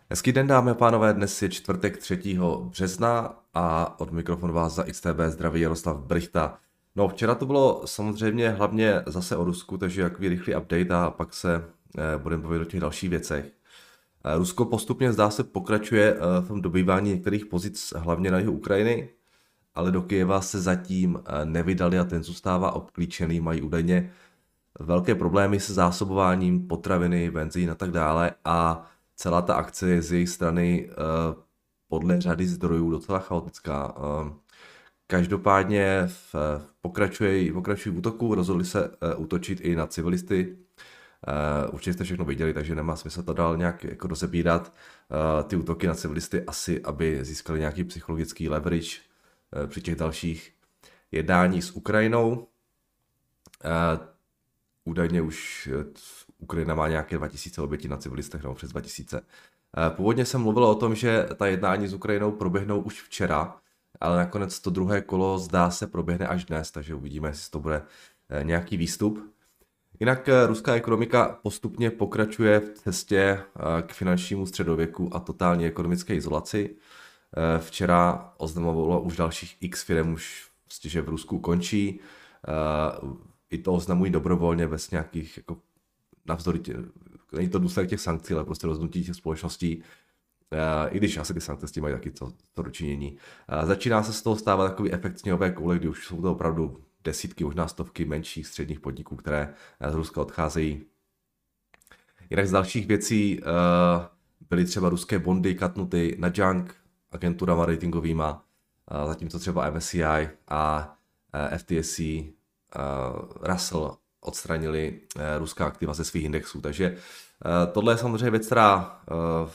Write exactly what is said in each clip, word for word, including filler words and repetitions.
Hezký den, dámy a pánové, dnes je čtvrtek třetího března a od mikrofonu vás za X T B zdraví Jaroslav Brichta. No, včera to bylo samozřejmě hlavně zase o Rusku, takže takový rychlý update a pak se eh, budeme bavit o těch dalších věcech. Eh, Rusko postupně zdá se pokračuje eh, v tom dobývání některých pozic hlavně na jihu Ukrajiny, ale do Kyjeva se zatím eh, nevydali a ten zůstává obklíčený, mají údajně velké problémy se zásobováním potraviny, benzín a tak dále a celá ta akce je z jejich strany uh, podle řady zdrojů docela chaotická. Uh, každopádně v, pokračují, pokračují v útoku, rozhodli se uh, útočit i na civilisty. Uh, určitě jste všechno viděli, takže nemá smysl to dál nějak jako rozebírat. Uh, ty útoky na civilisty asi, aby získali nějaký psychologický leverage uh, při těch dalších jednáních s Ukrajinou. Uh, Údajně už Ukrajina má nějaké dva tisíce obětí na civilistech, nebo přes dva tisíce. Původně jsem mluvil o tom, že ta jednání s Ukrajinou proběhnou už včera, ale nakonec to druhé kolo zdá se proběhne až dnes, takže uvidíme, jestli to bude nějaký výstup. Jinak ruská ekonomika postupně pokračuje v cestě k finančnímu středověku a totální ekonomické izolaci. Včera oznamovalo už dalších X firm, už vlastně, že v Rusku končí. I to oznamují dobrovolně bez nějakých, jako navzdory tě, není to důsledek těch sankcí, ale prostě rozhodnutí těch společností, i když asi ty sankce s tím mají taky to, to dočinění. Začíná se z toho stávat takový efekt sněhové koule, kdy už jsou to opravdu desítky, možná stovky menších středních podniků, které z Ruska odcházejí. Jinak z dalších věcí byly třeba ruské bondy katnuty na junk agenturama ratingovýma, zatímco třeba M S C I a F T S E Uh, Russell odstranili uh, ruská aktiva ze svých indexů, takže uh, tohle je samozřejmě věc, která uh,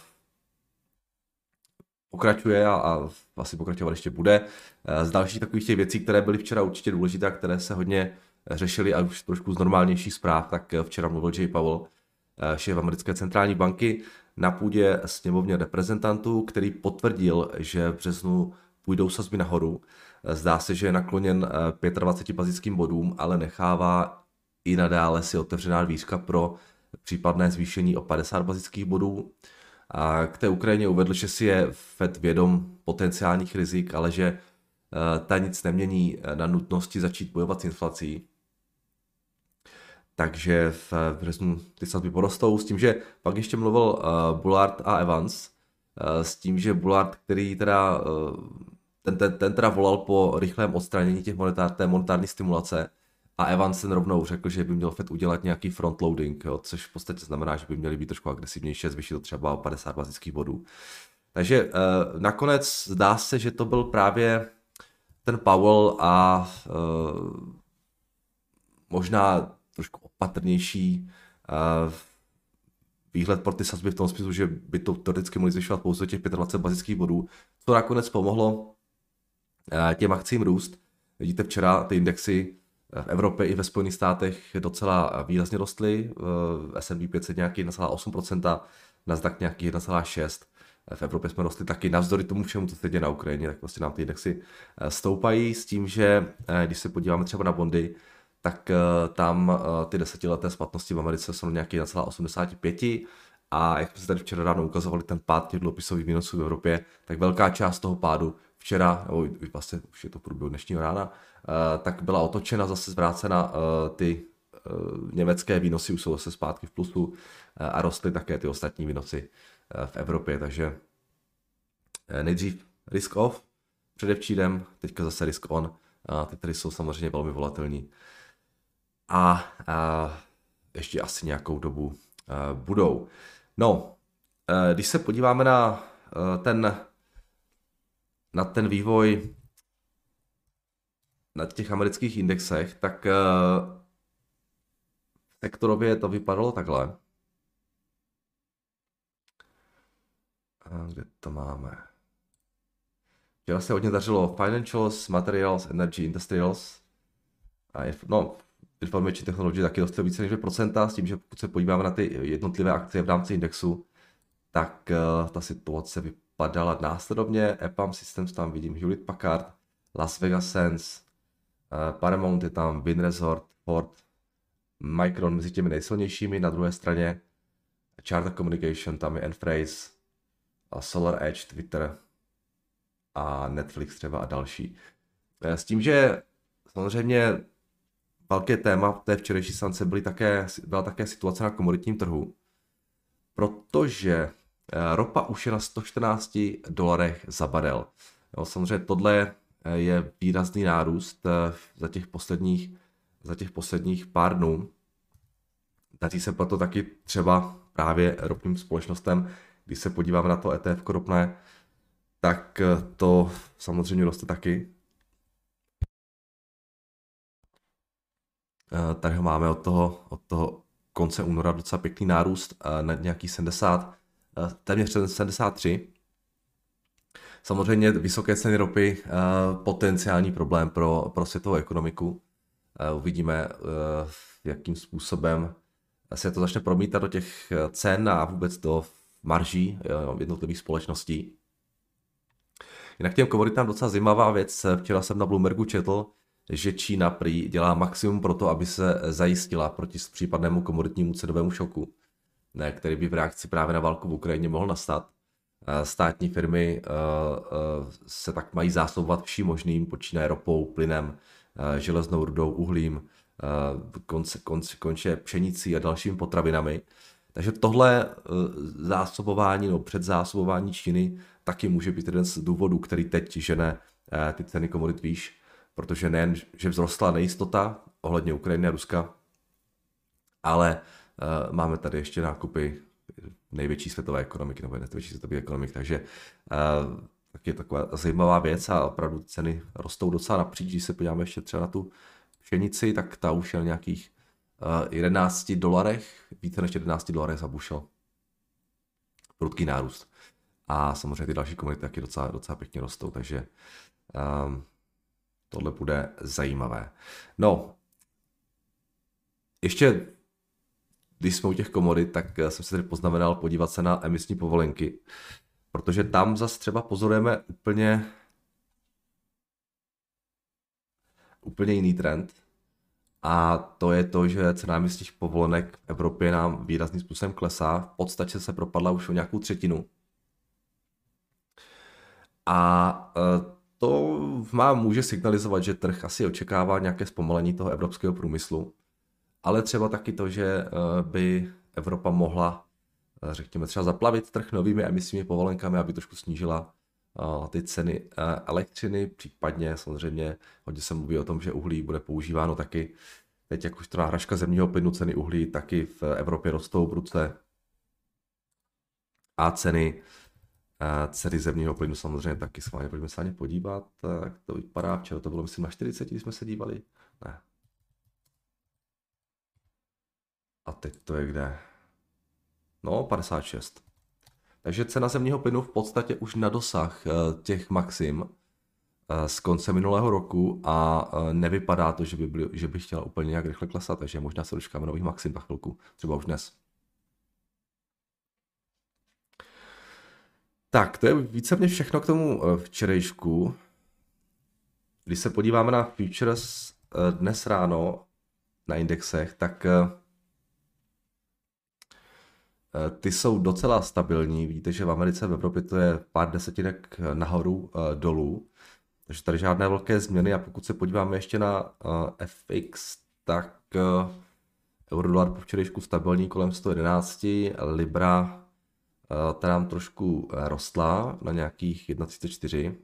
pokračuje a, a asi pokračovat ještě bude. Uh, z dalších takových těch věcí, které byly včera určitě důležité a které se hodně řešily a už trošku z normálnějších zpráv, tak včera mluvil Jay Powell, uh, šéf americké centrální banky, na půdě sněmovně reprezentantů, který potvrdil, že v březnu půjdou sazby nahoru. Zdá se, že je nakloněn dvaceti pěti bazickým bodům, ale nechává i nadále si otevřená dvířka pro případné zvýšení o padesát bazických bodů. A k té Ukrajině uvedl, že si je Fed vědom potenciálních rizik, ale že ta nic nemění na nutnosti začít bojovat s inflací. Takže v březnu ty sazby porostou, s tím, že pak ještě mluvil Bullard a Evans, s tím, že Bullard, který teda Ten, ten, ten teda volal po rychlém odstranění těch monetár, té monetární stimulace a Evans ten rovnou řekl, že by měl Fed udělat nějaký frontloading, jo, což v podstatě znamená, že by měli být trošku agresivnější a zvýšit to třeba o padesát bazických bodů. Takže eh, nakonec zdá se, že to byl právě ten Powell a eh, možná trošku opatrnější eh, výhled pro ty sazby v tom smyslu, že by to teoreticky mohli zvyšovat pouze těch dvacet pět bazických bodů, co nakonec pomohlo těm akcím růst. Vidíte, včera ty indexy v Evropě i ve Spojených státech docela výrazně rostly. S and P pět set nějaký jedna celá osm procenta, Nasdaq nějaký jedna celá šest procenta. V Evropě jsme rostli taky navzdory tomu všemu, co se děje na Ukrajině, tak vlastně nám ty indexy stoupají s tím, že když se podíváme třeba na bondy, tak tam ty desetileté splatnosti v Americe jsou nějaký jedna celá osmdesát pět a jak jsme se tady včera ráno ukazovali ten pád těch dluhopisových výnosů v Evropě, tak velká část toho pádu včera, nebo vlastně už je to v průběhu dnešního rána, tak byla otočena, zase zvrácena, ty německé výnosy už jsou zase zpátky v plusu a rostly také ty ostatní výnosy v Evropě, takže nejdřív risk off, předevčírem, teďka zase risk on, ty tady jsou samozřejmě velmi volatilní a, a ještě asi nějakou dobu budou. No, když se podíváme na ten na ten vývoj na těch amerických indexech, tak uh, sektorově to vypadalo takhle. A kde to máme? Včera se hodně dařilo Financials, Materials, Energy, Industrials. A no, Information Technology taky dostalo více než dvě procenta, s tím, že pokud se podíváme na ty jednotlivé akcie v rámci indexu, tak uh, ta situace vypadala následovně. E P A M Systems tam vidím, Hewlett Packard, Las Vegas Sands, uh, Paramount je tam, Wynn Resort, Ford, Micron mezi těmi nejsilnějšími, na druhé straně Charter Communication, tam je Enphase, Solar Edge, Twitter a Netflix třeba a další. S tím, že samozřejmě velké téma v té včerejší seance byly také, byla také situace na komoditním trhu, protože ropa už je na sto čtrnáct dolarech za barel. Jo, samozřejmě tohle je výrazný nárůst za těch posledních, za těch posledních pár dnů. Daří se proto taky třeba právě ropným společnostem, když se podíváme na to E T F ropné, tak to samozřejmě roste taky. Tady ho máme od toho, od toho konce února docela pěkný nárůst na nějaký sedmdesát, téměř sedmdesát tři. Samozřejmě vysoké ceny ropy, potenciální problém pro, pro světovou ekonomiku. Uvidíme, jakým způsobem se to začne promítat do těch cen a vůbec do marží jednotlivých společností. Jinak těm komoditám docela zajímavá věc. Včera jsem na Bloombergu četl, že Čína prý dělá maximum pro to, aby se zajistila proti případnému komoditnímu cenovému šoku, ne, který by v reakci právě na válku v Ukrajině mohl nastat. Státní firmy se tak mají zásobovat vším možným, počínaje ropou, plynem, železnou rudou, uhlím, konce, konce, konče pšenicí a dalšími potravinami. Takže tohle zásobování nebo předzásobování Číny taky může být jeden z důvodů, který teď žene ty ceny komodit výš, protože nejen, že vzrostla nejistota ohledně Ukrajiny a Ruska, ale uh, máme tady ještě nákupy největší světové ekonomiky, nebo největší světové ekonomik, takže uh, tak je taková zajímavá věc a opravdu ceny rostou docela napříč. Když se podíváme ještě třeba na tu pšenici, tak ta už je na nějakých uh, jedenácti dolarech, více než jedenácti dolarech za bušel. Prudký nárůst. A samozřejmě ty další komodity taky docela, docela pěkně rostou, takže um, tohle bude zajímavé. No, ještě, když jsme u těch komodit, tak jsem se tady poznamenal podívat se na emisní povolenky, protože tam zase třeba pozorujeme úplně, úplně jiný trend. A to je to, že cena emisních povolenek v Evropě nám výrazným způsobem klesá. V podstatě se propadla už o nějakou třetinu. A to má, může signalizovat, že trh asi očekává nějaké zpomalení toho evropského průmyslu, ale třeba taky to, že by Evropa mohla, řekněme, třeba zaplavit trh novými emisními povolenkami, aby trošku snížila ty ceny elektřiny, případně samozřejmě hodně se mluví o tom, že uhlí bude používáno taky. Teď jak už to náhražka zemního plynu, ceny uhlí taky v Evropě rostou prudce a ceny Ceny zemního plynu samozřejmě taky schválně. Pojďme se na ně podívat, jak to vypadá. Včera to bylo, myslím, na čtyřicet, když jsme se dívali. Ne. A teď to je kde? No, padesát šest. Takže cena zemního plynu v podstatě už na dosah těch maxim z konce minulého roku a nevypadá to, že by, byl, že by chtěla úplně nějak rychle klesat, takže možná se dočkáme nových maxim za chvilku, třeba už dnes. Tak, to je víceméně všechno k tomu včerejšku. Když se podíváme na futures dnes ráno na indexech, tak ty jsou docela stabilní. Vidíte, že v Americe, v Evropě to je pár desetinek nahoru, dolů. Takže tady žádné velké změny. A pokud se podíváme ještě na F X, tak euro-dolar po včerejšku stabilní kolem sto jedenáct, Libra ta nám trošku rostla na nějakých jedna celá třicet čtyři.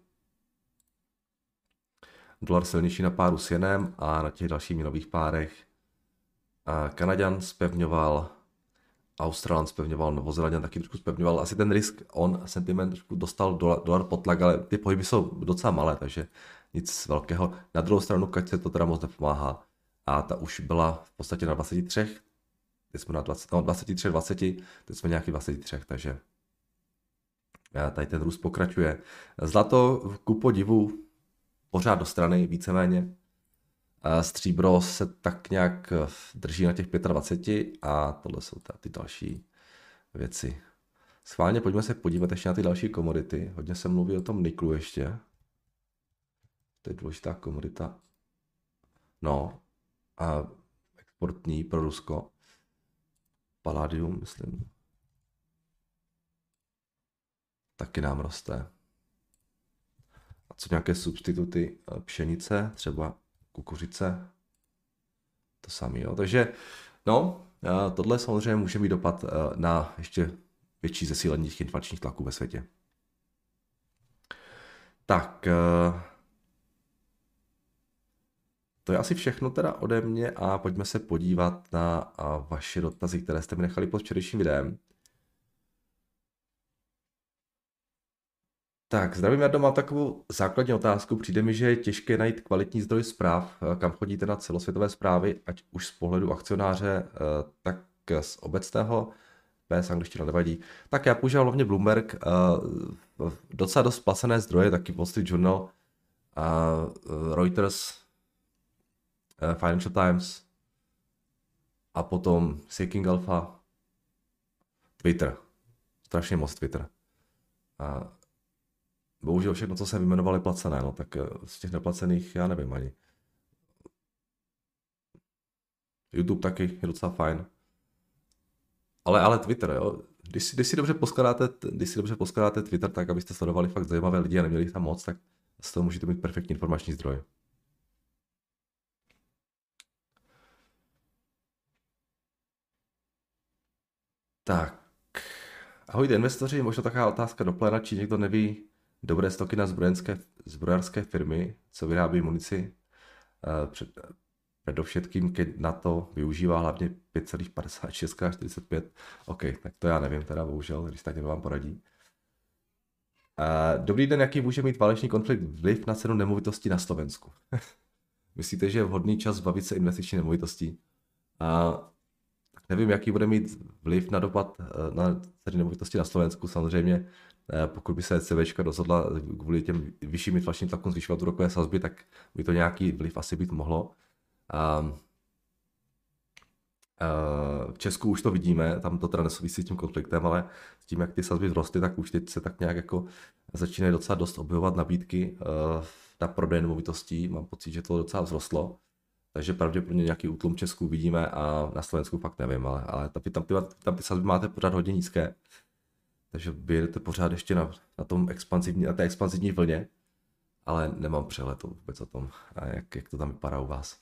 Dolar silnější na páru s jenem a na těch dalších měnových párech Kanaďan zpevňoval, Australan zpevňoval, Novozelanďan taky trošku zpevňoval. Asi ten risk on sentiment trošku dostal dolar, dolar pod tlak, ale ty pohyby jsou docela malé, takže nic velkého. Na druhou stranu, keď se to teda moc nepomáhá. A ta už byla v podstatě na dvaceti třech. Teď jsme na dvacet, no dvacet tři, dvacet, teď jsme nějaký dvacet tři, takže tady ten růst pokračuje. Zlato ku podivu pořád do strany, víceméně. Stříbro se tak nějak drží na těch dvacet pět a tohle jsou ty další věci. Schválně pojďme se podívat ještě na ty další komodity. Hodně se mluví o tom niklu ještě. To je důležitá komodita. No, a exportní pro Rusko. Palladium, myslím. taky nám roste. A co nějaké substituty? Pšenice, třeba kukuřice, to samé, jo. Takže, no, tohle samozřejmě může mít dopad na ještě větší zesílení těch inflačních tlaků ve světě. Tak, to je asi všechno teda ode mě a pojďme se podívat na vaše dotazy, které jste mi nechali pod včerejším videem. Tak, zdravím, Jardo, mám takovou základní otázku. Přijde mi, že je těžké najít kvalitní zdroj zpráv, kam chodíte na celosvětové zprávy, ať už z pohledu akcionáře, tak z obecného, bez angličtina nevadí. Tak já používám hlavně Bloomberg, docela dost placené zdroje, taky Wall Street Journal, Reuters, Financial Times a potom Seeking Alpha, Twitter, strašně moc Twitter. A bohužel všechno, co jsem vyjmenoval, je placené, no tak z těch neplacených já nevím ani. YouTube taky je docela fajn. Ale, ale Twitter, jo. Když si, když si dobře poskládáte, když si dobře poskládáte Twitter tak, abyste sledovali fakt zajímavé lidi a neměli jich tam moc, tak z toho můžete mít perfektní informační zdroj. Tak. Ahoj investoři, možná taková otázka do pléna, či někdo neví dobré stoky na zbrojenské, zbrojářské firmy, co vyrábí munici. Před, předovšetkým, keď na to využívá hlavně pět celá padesát šest až čtyřicet pět. OK, tak to já nevím teda, bohužel, když tak někdo vám poradí. Dobrý den, jaký může mít válečný konflikt vliv na cenu nemovitostí na Slovensku? Myslíte, že je vhodný čas bavit se investiční nemovitostí? A nevím, jaký bude mít vliv na dopad na ceny nemovitosti na Slovensku. Samozřejmě, pokud by se ECBčka rozhodla kvůli těm vyšším inflačním tlakům zvyšovat úrokové sazby, tak by to nějaký vliv asi být mohlo. V Česku už to vidíme, tam to teda nesouvisí s tím konfliktem, ale s tím, jak ty sazby vzrostly, tak už teď se tak nějak jako začínají docela dost objevovat nabídky na prodej nemovitostí. Mám pocit, že to docela vzrostlo. Takže pravděpodobně nějaký útlum Česku vidíme a na Slovensku fakt nevím, ale, ale tam, tam, ty, tam ty sazby máte pořád hodně nízké. Takže vy jedete pořád ještě na, na, tom expanzivní, na té expanzivní vlně, ale nemám přehled vůbec o tom, a jak, jak to tam vypadá u vás.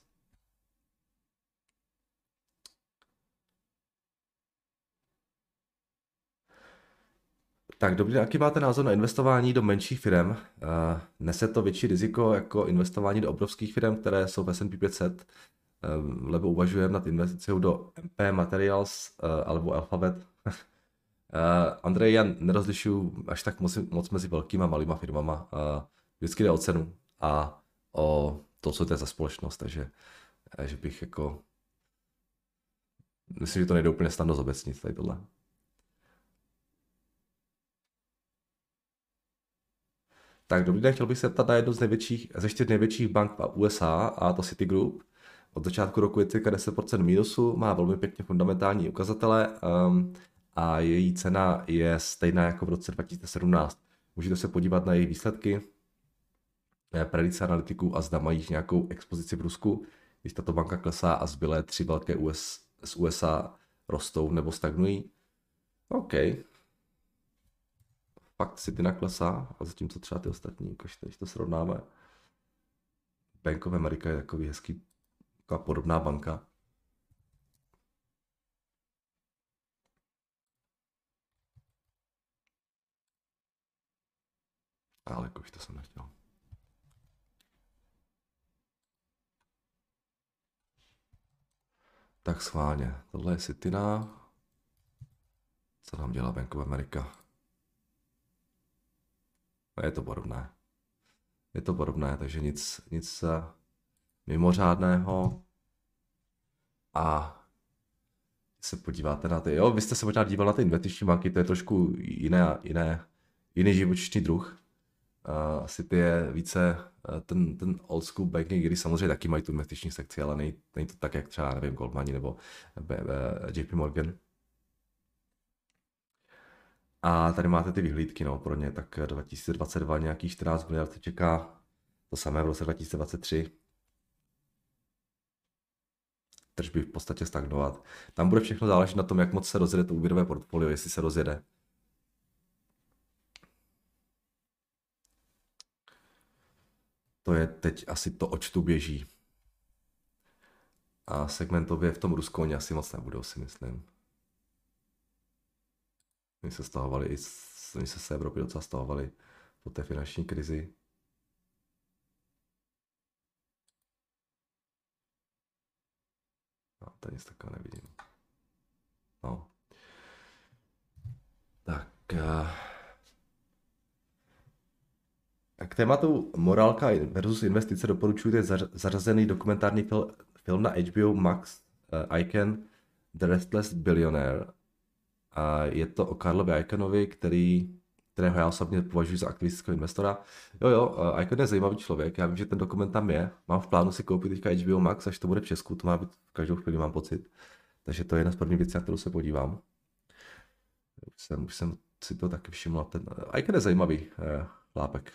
Tak dobrý, jaký máte názor na investování do menších firm? Nese to větší riziko jako investování do obrovských firm, které jsou v S and P pět set? Lebo uvažujeme nad investicou do M P Materials alebo Alphabet? Andrej, já nerozlišuju až tak moc, moc mezi velkýma a malýma firmama. Vždycky jde o cenu a o to, co to je za společnost, takže že bych jako... Myslím, že to nejde úplně snadno zobecnit tady tohle. Tak dobrý den, chtěl bych se ptat na jednu z největších, ze čtyř největších bank v U S A, a to Citigroup. Od začátku roku je cirka deset procent mínusu, má velmi pěkně fundamentální ukazatele um, a její cena je stejná jako v roce dva tisíce sedmnáct. Můžete se podívat na její výsledky, predikce analytiků a zda mají nějakou expozici v Rusku, když tato banka klesá a zbylé tři velké U S, z U S A rostou nebo stagnují. OK. Fakt City naklesá, a zatímco třeba ty ostatní, ukažte, když to srovnáme. Bank of America je takový hezký, taková podobná banka. Ale už to jsem nechtěl. Tak schválně, tohle je Cityna. Co nám dělá Bank of America? Je to podobné. Je to podobné, takže nic, nic mimořádného. A se podíváte na ty, jo, vy jste se možná díval na ty investiční banky, to je trošku jiné, jiné, jiný živočišný druh. Uh, asi ty je více uh, ten, ten old school banking, kdy samozřejmě taky mají tu investiční sekci, ale nej, není to tak, jak třeba, nevím, Goldman nebo B, B, J P Morgan. A tady máte ty vyhlídky, no, pro ně, tak dva tisíce dvacet dva nějakých čtrnáct miliard se čeká, to samé v roce dva tisíce dvacet tři. Tržby v podstatě stagnovat. Tam bude všechno záležet na tom, jak moc se rozjede to úvěrové portfolio, jestli se rozjede. to je teď asi to, oč tu běží. A segmentově v tom Rusku oni asi moc nebudou, si myslím. Oni se stahovali, i z, oni se z Evropy docela stahovali po té finanční krizi. No, tady nic takového nevidím. No. Tak. A k tématu morálka versus investice doporučuji zařazený dokumentární film, film na H B O Max uh, Icahn The Restless Billionaire. A je to o Carlovi Icahnovi, který, kterého já osobně považuji za aktivistického investora. Jo, jo, uh, Icahn je zajímavý člověk, já vím, že ten dokument tam je. Mám v plánu si koupit teďka H B O Max, až to bude v Česku, to má být v každou chvíli, mám pocit. Takže to je jedna z prvních věcí, na kterou se podívám. Už jsem, už jsem si to taky všiml. Ten Icahn je zajímavý uh, chlápek.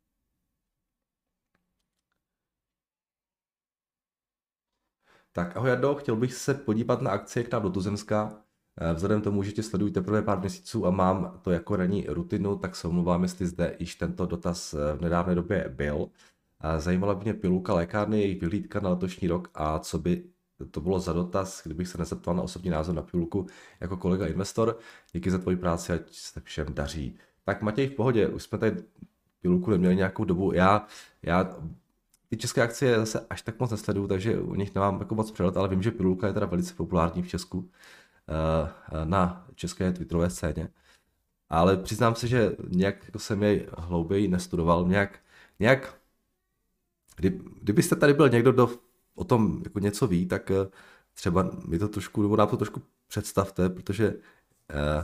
Tak ahoj Jardo, chtěl bych se podívat na akcie k nám do Tuzemska. Vzhledem tomu, že tě sleduji teprve pár měsíců a mám to jako ranní rutinu, tak se omlouvám, jestli zde již tento dotaz v nedávné době byl. Zajímala by mě pilulka lékárny, jejich vyhlídka na letošní rok a co by to bylo za dotaz, kdybych se nezeptal na osobní názor na pilulku jako kolega investor. Díky za tvoji práci, ať se všem daří. Tak Matěj, v pohodě, už jsme tady pilulku neměli nějakou dobu. Já, já ty české akcie zase až tak moc nesleduju, takže u nich nemám jako moc přehled, ale vím, že pilulka je teda velice populární v Česku na české twitterové scéně. Ale přiznám se, že nějak jako jsem jej hlouběji nestudoval. Nějak, nějak kdy, kdybyste tady byl někdo, kdo o tom jako něco ví, tak třeba mi to trošku, nebo nám to trošku představte, protože uh,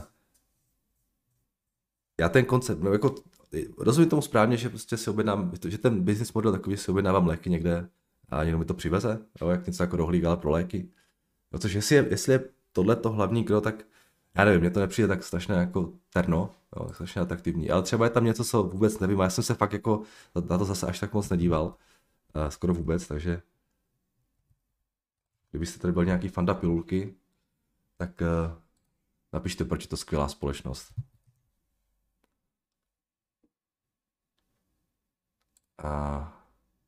já ten koncept, no jako rozumím tomu správně, že prostě si objednám, že ten business model takový, že si objednávám léky někde a někdo mi to přiveze, jo, jak něco jako rohlík, ale pro léky. No což jestli je, jestli je tohle to hlavní kdo, tak já nevím, mně to nepřijde tak strašně jako terno, jo, strašně atraktivní, ale třeba je tam něco, co vůbec nevím, a já jsem se fakt jako na to zase až tak moc nedíval, uh, skoro vůbec, takže kdybyste tady byl nějaký fanda pilulky, tak uh, napište, proč je to skvělá společnost. A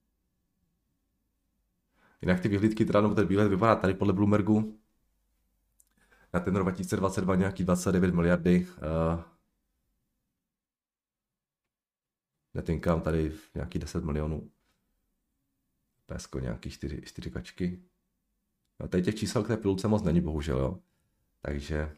jinak ty vyhlídky, teda, nebo ten výhled vypadá tady podle Bloombergu na ten rok dva tisíce dvacet dva nějaký dvacet devět miliardy. Uh, net income tady nějaký deset milionů. Pesko nějaký čtyři, čtyři kačky. No, tady těch čísel k té pilulce moc není, bohužel, jo. Takže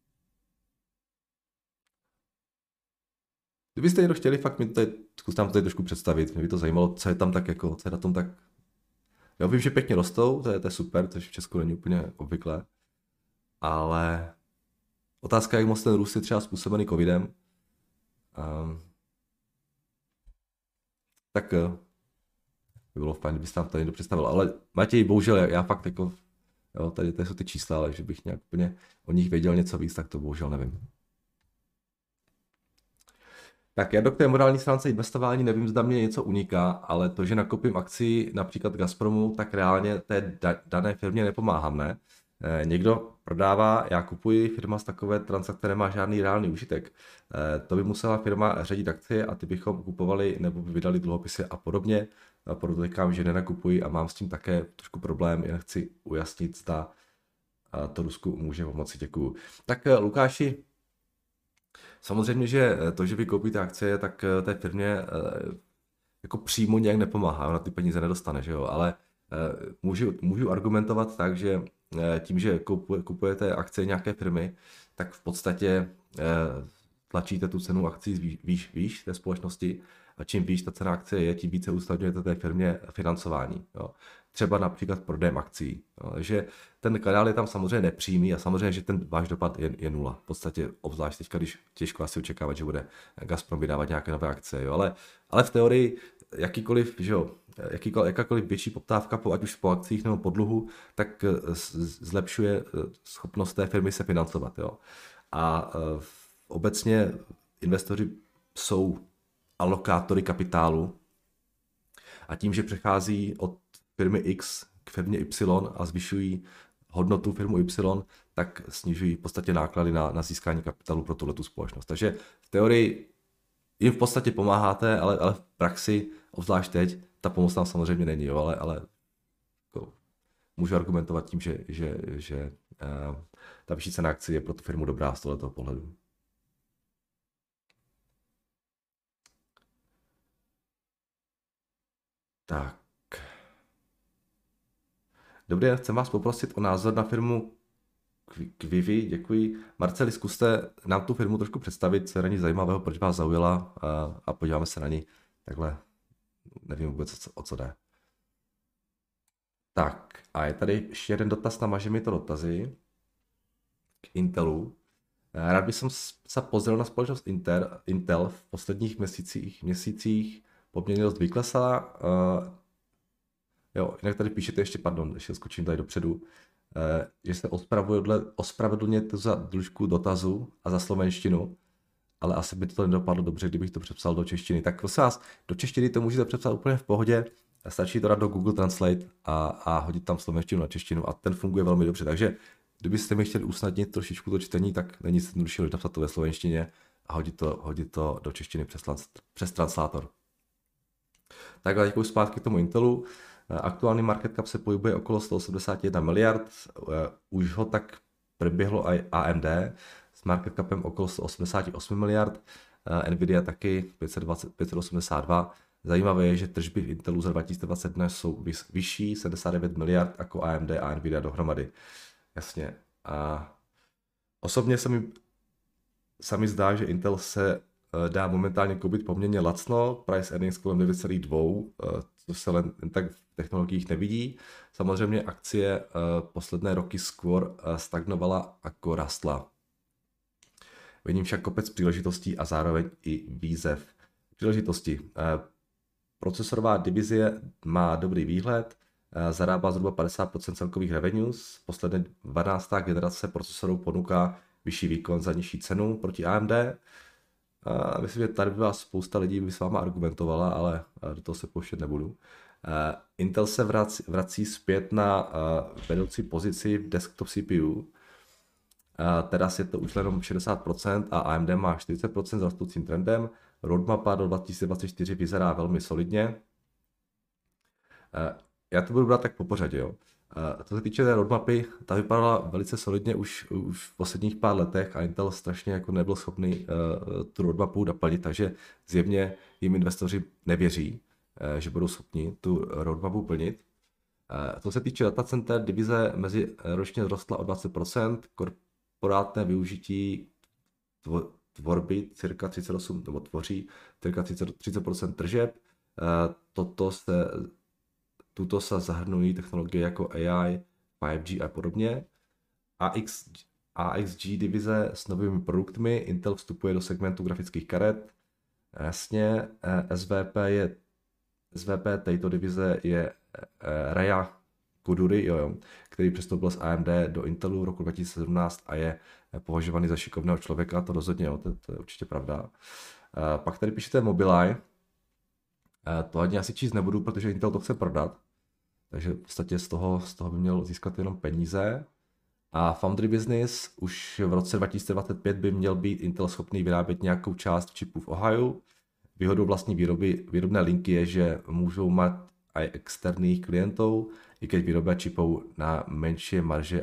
kdybyste někdo chtěli, fakt mi to tady, zkus nám to tady trošku představit, mě by to zajímalo, co je tam tak jako, co je na tom tak. Jo, vím, že pěkně rostou, to je, to je super, což v Česku není úplně obvyklé, ale otázka je, jak moc ten růst je třeba způsobený covidem. Um, tak by bylo fajn, kdybyste nám tady někdo představil, ale Matěj, bohužel, já, já fakt jako, jo, tady, tady jsou ty čísla, ale že bych nějak úplně o nich věděl něco víc, tak to bohužel nevím. Tak já do té morální stránce investování nevím, zda mě něco uniká, ale to, že nakoupím akci například Gazpromu, tak reálně té da- dané firmě nepomáhám, ne? E, někdo prodává, já kupuji, firma z takové transakce nemá žádný reálný užitek. E, to by musela firma řadit akcie a ty bychom kupovali nebo by vydali dluhopisy a podobně. A podotýkám, že nenakupuji a mám s tím také trošku problém, jen chci ujasnit, zda to Rusku může pomoci. Děkuju. Tak Lukáši, samozřejmě, že to, že vy koupíte akcie, tak té firmě jako přímo nějak nepomáhá, ona ty peníze nedostane, že jo, ale můžu, můžu argumentovat tak, že tím, že kupujete akcie nějaké firmy, tak v podstatě tlačíte tu cenu akcí výš, výš té společnosti a čím výš ta cena akcie je, tím více usnadňujete té firmě financování. Jo. Třeba například prodejem akcí. Jo. Takže ten kanál je tam samozřejmě nepřímý a samozřejmě, že ten váš dopad je, je nula. V podstatě obzvlášť teďka, když těžko asi očekávat, že bude Gazprom vydávat nějaké nové akcie. Jo. Ale, ale v teorii jakýkoliv, že jo, jakýkoliv, jakákoliv větší poptávka, po, ať už po akcích nebo po dluhu, tak zlepšuje schopnost té firmy se financovat. Jo. A obecně investoři jsou alokátory kapitálu a tím, že přechází od firmy X k firmě Y a zvyšují hodnotu firmu Y, tak snižují v podstatě náklady na, na získání kapitálu pro tuhletu společnost. Takže v teorii jim v podstatě pomáháte, ale, ale v praxi, obzvlášť teď, ta pomoc tam samozřejmě není, jo, ale, ale jako, můžu argumentovat tím, že, že, že uh, ta vyšší cena akcie je pro tu firmu dobrá z tohoto pohledu. Tak. Dobrý den, chci vás poprosit o názor na firmu Quivi, děkuji. Marceli, zkuste nám tu firmu trošku představit, co je na ní zajímavého, proč vás zaujala a, a podíváme se na ní takhle. Nevím vůbec, o co jde. Tak a je tady ještě jeden dotaz, namaže mi to dotazy k Intelu. Rád bych se pozrel na společnost Inter, Intel v posledních měsících, měsících poměrně dost vyklesala. Uh, jo, jinak tady píšete ještě, pardon, ještě skočím tady dopředu, uh, že se ospravedlněte za dlužku dotazu a za slovenštinu, ale asi by to nedopadlo dobře, kdybych to přepsal do češtiny. Tak prosím vás, do češtiny to můžete přepsat úplně v pohodě, stačí to dát do Google Translate a, a hodit tam slovenštinu na češtinu a ten funguje velmi dobře. Takže kdybyste mi chtěli usnadnit trošičku to čtení, tak není se jednodušší než napsat to ve slovenštině a hodit to, hodit to do češtiny přes, přes translátor. Takhle děkuji zpátky k tomu Intelu. Aktuální market cap se pohybuje okolo sto osmdesát jedna miliard, už ho tak proběhlo i A M D s market capem okolo sto osmdesát osm miliard, Nvidia taky pět set dvacet, pět set osmdesát dva. Zajímavé je, že tržby v Intelu za dva tisíce dvacet jedna jsou vyšší, sedmdesát devět miliard, jako A M D a Nvidia dohromady. Jasně. A osobně se mi sami zdá, že Intel se dá momentálně koupit poměrně lacno, price earnings kolem devět celá dva, co se len tak v technologiích nevidí. Samozřejmě akcie posledné roky skôr stagnovala ako rastla. Vidím však kopec příležitostí a zároveň i výzev. Příležitosti. Procesorová divize má dobrý výhled, zarábá zhruba padesát procent celkových revenues, poslední dvanáctá generace procesorů ponuká vyšší výkon za nižší cenu proti A M D. A myslím, že tady by vás spousta lidí by s váma argumentovala, ale do toho se pouštět nebudu. Intel se vrací, vrací zpět na vedoucí pozici v desktop C P U. Teraz je to už jenom šedesát procent a A M D má čtyřicet procent s rostoucím trendem. Roadmapa do dva tisíce dvacet čtyři vyzerá velmi solidně. Já to budu brát tak po pořadě. Jo. Co se týče té roadmapy, ta vypadala velice solidně už, už v posledních pár letech a Intel strašně jako nebyl schopný uh, tu roadmapu naplnit, takže zjevně jim investoři nevěří, uh, že budou schopni tu roadmapu plnit. Uh, co se týče datacenter, divize mezi ročně rostla o dvacet procent, korporátné využití tvo, tvorby cirka třicet osm, nebo tvoří cirka třicet procent tržeb. Uh, toto se Tuto se zahrnují technologie jako A I, pět G a podobně. A X, A X G divize s novými produktmi. Intel vstupuje do segmentu grafických karet. Jasně, S V P je S V P této divize je Raya Kuduri, jo, jo, který přestoupil z A M D do Intelu v roku dva tisíce sedmnáct a je považovaný za šikovného člověka, to rozhodně, jo, to, to je určitě pravda. Pak tady píšete Mobileye. To ani asi číst nebudu, protože Intel to chce prodat. Takže v podstatě z toho, z toho by měl získat jenom peníze. A Foundry Business už v roce dva tisíce dvacet pět by měl být Intel schopný vyrábět nějakou část čipů v Ohio. Výhodou vlastní výroby, výrobné linky je, že můžou mít i externích klientů, i když výroba čipů na menší marže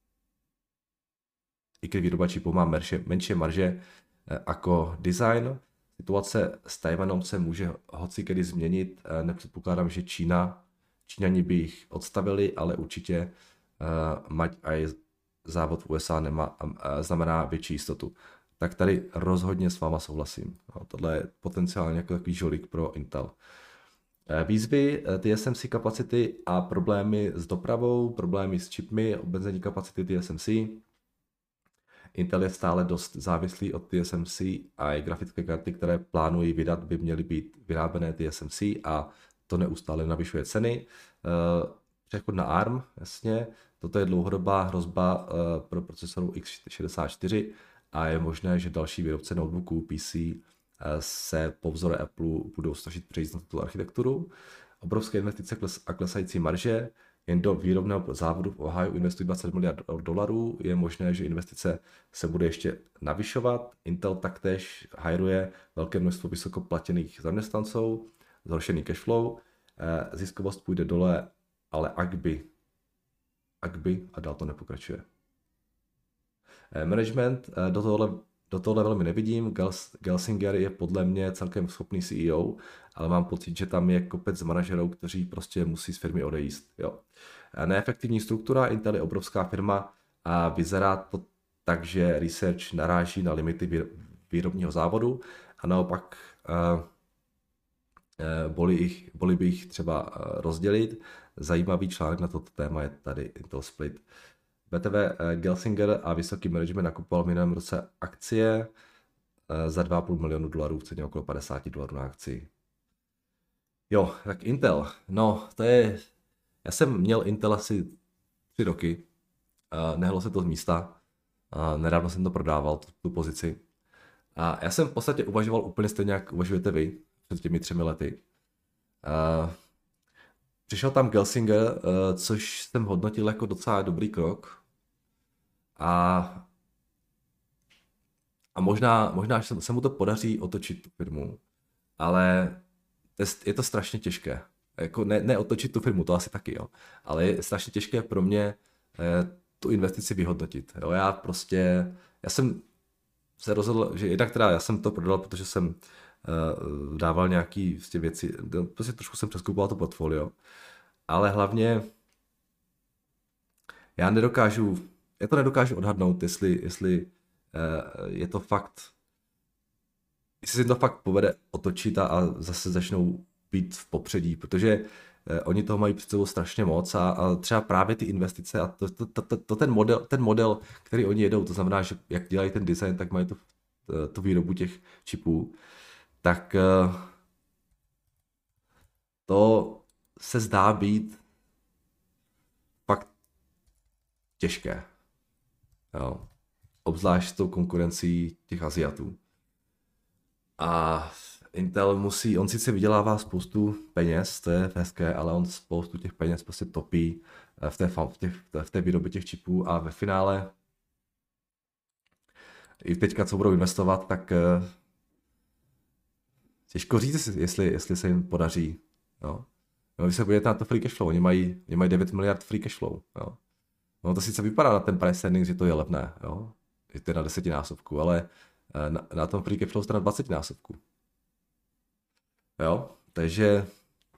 i když výroba čipů má menší, menší marže jako design. Situace s Tajvanem se může hoci kedy změnit. Nepředpokládám, že Čína, Číňani by jich odstavili, ale určitě uh, mať aj závod v U S A nemá, uh, znamená větší jistotu. Tak tady rozhodně s váma souhlasím. No, tohle je potenciálně jako takový žolík pro Intel. Uh, výzvy, T S M C kapacity a problémy s dopravou, problémy s čipmi, obmezení kapacity T S M C. Intel je stále dost závislý od T S M C a i grafické karty, které plánují vydat, by měly být vyrábené T S M C a to neustále navyšuje ceny. Přechod na A R M, jasně, toto je dlouhodobá hrozba pro procesorů X šedesát čtyři a je možné, že další výrobce notebooků P C se po vzoru Apple budou snažit přejít na tuto architekturu. Obrovské investice a klesající marže. Jen do výrobného závodu v Ohio investují dvacet miliard dolarů. Je možné, že investice se bude ještě navyšovat. Intel taktéž hajruje velké množstvo vysokoplatěných zaměstnanců, zhoršený cashflow. Ziskovost půjde dole, ale akby, akby a dál to nepokračuje. Management, do tohohle, do tohohle velmi nevidím. Gels, Gelsinger je podle mě celkem schopný C E O, ale mám pocit, že tam je kopec manažerů, kteří prostě musí z firmy odejít. Jo. Neefektivní struktura, Intel je obrovská firma a vyzerá to tak, že research naráží na limity výrobního závodu a naopak uh, Boli, ich, boli by jich třeba rozdělit. Zajímavý článek na toto téma je tady Intel Split. B T V Gelsinger a vysoký management nakupoval v minulém roce akcie za dva a půl milionu dolarů v ceně okolo padesát dolarů na akci. Jo, tak Intel, no to je, já jsem měl Intel asi tři roky, nehlo se to z místa, nedávno jsem to prodával, tu, tu pozici. A já jsem v podstatě uvažoval úplně stejně, jak uvažujete vy, před těmi třemi lety. Uh, přišel tam Gelsinger, uh, což jsem hodnotil jako docela dobrý krok. A, a možná, možná se, se mu to podaří otočit tu firmu, ale je to strašně těžké. Jako ne, ne otočit tu firmu, to asi taky, jo. Ale je strašně těžké pro mě eh, tu investici vyhodnotit. Jo. Já prostě, já jsem se rozhodl, že jednak teda já jsem to prodal, protože jsem uh, dával nějaký vlastně věci, prostě trošku jsem přeskupoval to portfolio, ale hlavně já nedokážu, já to nedokážu odhadnout, jestli, jestli uh, je to fakt, jestli se to fakt povede otočit a, a zase začnou být v popředí, protože uh, oni toho mají před sebou strašně moc a, a třeba právě ty investice a to, to, to, to, to ten, model, ten model, který oni jedou, to znamená, že jak dělají ten design, tak mají tu, tu výrobu těch čipů, tak uh, to se zdá být fakt těžké. Jo. Obzvlášť s tou konkurencí těch Aziatů. A Intel musí, on sice vydělává spoustu peněz, to je hezké, ale on spoustu těch peněz prostě topí v té, v, těch, v té výrobě těch čipů a ve finále i teďka, co budou investovat, tak těžko říct, jestli, jestli se jim podaří. Jo. No, když se podíváte na to free cash flow, oni mají, oni mají devět miliard free cash flow. Jo. No to sice vypadá na ten price earnings, že to je levné, jo. Je to na desetinásobku, ale na, na tom free cash flow jste na dvacetinásobku. Jo, takže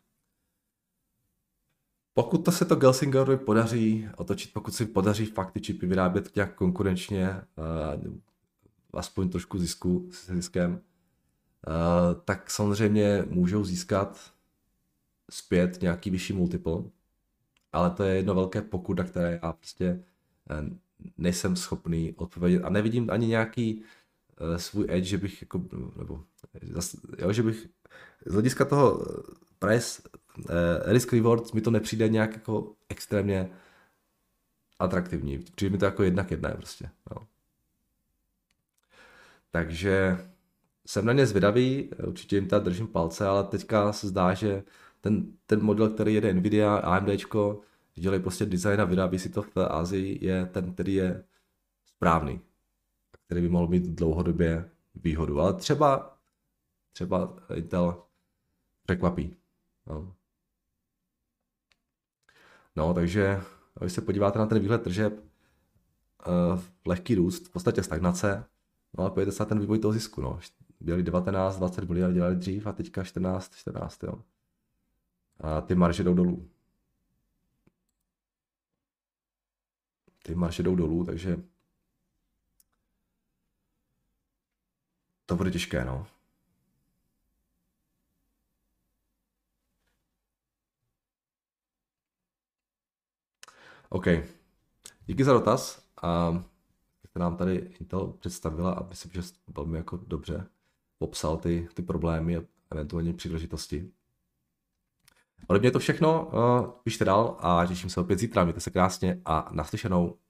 pokud to se to Gelsingerovi podaří otočit, pokud se podaří fakt ty čipy vyrábět nějak konkurenčně, uh, aspoň trošku zisku s ziskem, uh, tak samozřejmě můžou získat zpět nějaký vyšší multiple, ale to je jedno velké pokud, na které já prostě uh, nejsem schopný odpovědět a nevidím ani nějaký uh, svůj edge, že bych jako, nebo zase, jo, že bych z hlediska toho price uh, risk reward mi to nepřijde nějak jako extrémně atraktivní. Přijde mi to jako jednak jedné prostě. Jo. Takže jsem na ně zvědavý, určitě jim tady držím palce, ale teďka se zdá, že ten, ten model, který jede Nvidia, AMDčko, dělají prostě design a vyrábí si to v Asii, je ten, který je správný. Který by mohl mít dlouhodobě výhodu. Ale třeba třeba Intel překvapí. No. no, takže když se podíváte na ten výhled tržeb, uh, lehký růst, v podstatě stagnace, no a podívejte se na ten vývoj toho zisku. No. Byli devatenáct dvacet miliard, dělali dřív a teďka čtrnáct čtrnáct. Jo. A ty marže jdou dolů. Ty marže jdou dolů, takže to bude těžké, no. OK. Díky za dotaz. A jste nám tady Intel představila a myslím, že velmi jako dobře popsal ty, ty problémy a eventuálně příležitosti. Ode mě je to všechno. Píšte dál a těším se opět zítra. Mějte se krásně a naslyšenou.